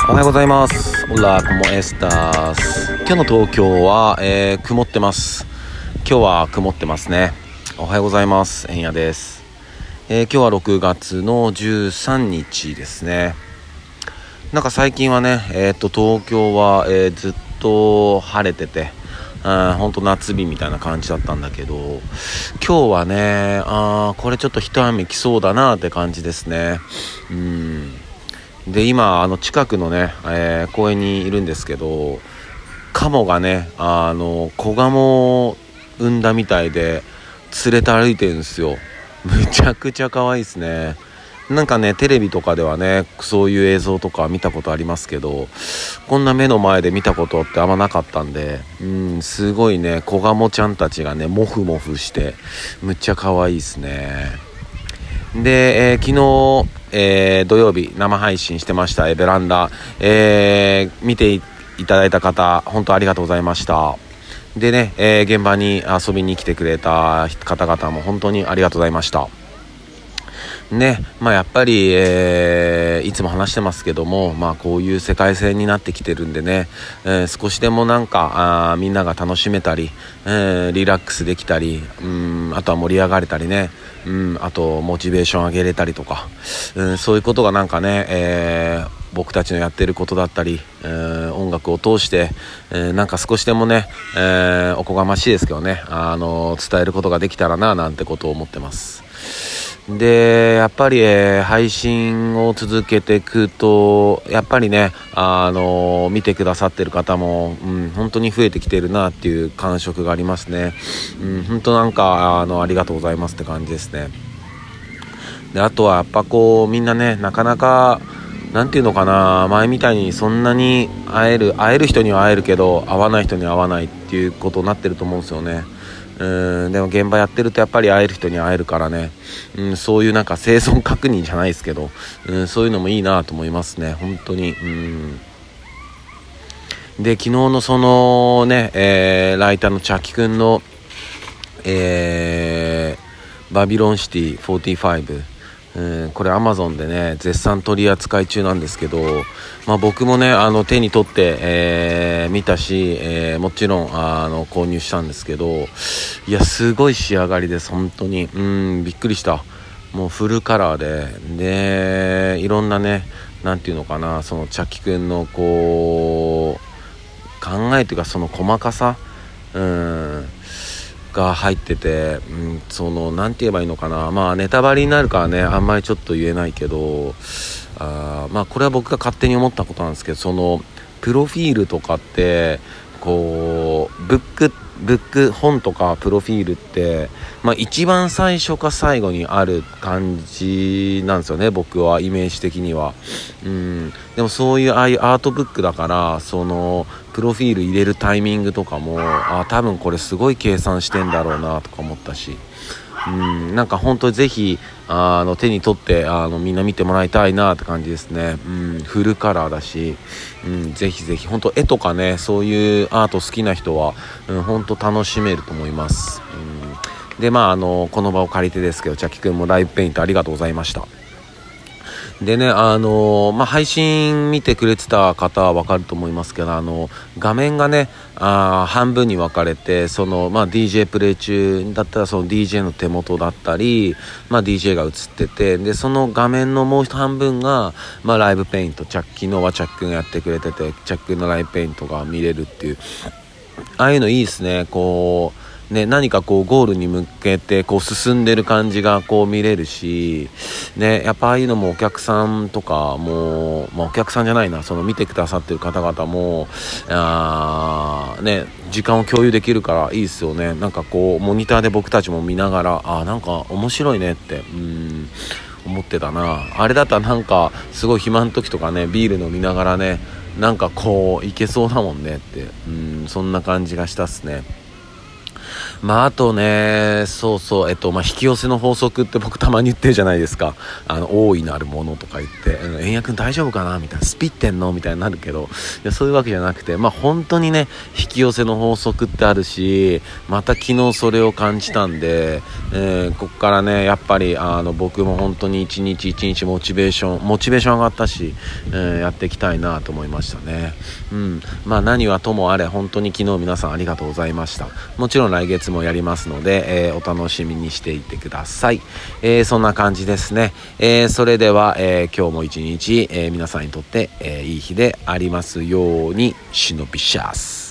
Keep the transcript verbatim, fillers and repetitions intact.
おはようございます。オラコモエスタス。今日の東京は、えー、曇ってます。今日は曇ってますね。おはようございます。えんやです。えー、今日はろくがつのじゅうさんにちですね。なんか最近はね、えー、と東京は、えー、ずっと晴れてて、本当夏日みたいな感じだったんだけど、今日はね、あこれちょっと一雨来そうだなって感じですね。うんで今あの近くのね、えー、公園にいるんですけど、カモがねあの子ガモを産んだみたいで連れて歩いてるんですよ。むちゃくちゃ可愛いですね。なんかねテレビとかではねそういう映像とか見たことありますけど、こんな目の前で見たことってあんまなかったんで、うんすごいね子ガモちゃんたちがねモフモフしてむっちゃ可愛いですね。で、えー、昨日、えー、土曜日生配信してました、えー、ベランダ、えー、見ていただいた方本当ありがとうございました。でね、えー、現場に遊びに来てくれた方々も本当にありがとうございましたね。まあやっぱり、えー、いつも話してますけども、まあこういう世界線になってきてるんでね、えー、少しでもなんかあみんなが楽しめたり、えー、リラックスできたり、うんあとは盛り上がれたりね、うんあとモチベーション上げれたりとか、うん、そういうことがなんかね、えー僕たちのやってることだったり、えー、音楽を通して、えー、なんか少しでもね、えー、おこがましいですけどね、あの伝えることができたらななんてことを思ってます。でやっぱり、えー、配信を続けていくとやっぱりね、あの見てくださってる方も、うん、本当に増えてきてるなっていう感触がありますね。うん、本当なんかあのありがとうございますって感じですね。であとはやっぱこうみんなねなかなかなんていうのかな、前みたいにそんなに会える会える人には会えるけど会わない人には会わないっていうことになってると思うんですよね。うんでも現場やってるとやっぱり会える人に会えるからね、うん、そういうなんか生存確認じゃないですけど、うん、そういうのもいいなと思いますね本当に。うんで昨日のそのね、えー、ライターのチャキ君の、えー、バビロンシティフォーティーファイブ、うん、これ Amazon でね絶賛取り扱い中なんですけど、まあ、僕もねあの手に取って、えー、見たし、えー、もちろんあの購入したんですけど、いやすごい仕上がりです本当に。うんびっくりした。もうフルカラーででいろんなねなんていうのかな、そのチャキ君のこう考えというかその細かさ、うんが入ってて、うん、そのなんて言えばいいのかな、まあネタバレになるからねあんまりちょっと言えないけど、あまあこれは僕が勝手に思ったことなんですけど、そのプロフィールとかってこうブックブック本とかプロフィールって、まあ、一番最初か最後にある感じなんですよね僕はイメージ的には。うんでもそういうああいうアートブックだからそのプロフィール入れるタイミングとかもあ多分これすごい計算してんだろうなとか思ったし、うんなんか本当にぜひあの手に取ってあのみんな見てもらいたいなって感じですね。うんフルカラーだし、うん、ぜひぜひ本当絵とかねそういうアート好きな人は、うん、本当楽しめると思います。うんでまああのこの場を借りてですけどチャキ君もライブペイントありがとうございました。でねあのーまあ、配信見てくれてた方は分かると思いますけど、あの画面がねあ半分に分かれて、その、まあ、ディージェー プレイ中だったらその ディージェー の手元だったり、まあ、ディージェー が映ってて、でその画面のもう半分が、まあ、ライブペイント、チャッキーのはチャックがやってくれててチャックのライブペイントが見れるっていう、ああいうのいいですね。こうね、何かこうゴールに向けてこう進んでる感じがこう見れるし、ね、やっぱああいうのもお客さんとかも、まあ、お客さんじゃないなその見てくださってる方々もあ、ね、時間を共有できるからいいですよね。なんかこうモニターで僕たちも見ながらあなんか面白いねってうん思ってたな。あれだったらなんかすごい暇の時とかねビール飲みながらねなんかこういけそうだもんねってうんそんな感じがしたっすね。 まああとね、そうそう、えっとまあ引き寄せの法則って僕たまに言ってるじゃないですか。あの大いなるものとか言って、うん、円谷くん大丈夫かなみたいな、スピってんのみたいになるけど、いやそういうわけじゃなくて、まあ本当にね、引き寄せの法則ってあるし、また昨日それを感じたんで、えー、こっからねやっぱりあの僕も本当に一日一日モチベーションモチベーション上がったし、えー、やっていきたいなと思いましたね。うん、まあ何はともあれ本当に昨日皆さんありがとうございました。もちろん来月もやりますので、えー、お楽しみにしていてください。えー、そんな感じですね。えー、それでは、えー、今日も一日、えー、皆さんにとって、えー、いい日でありますように。シノビシャス。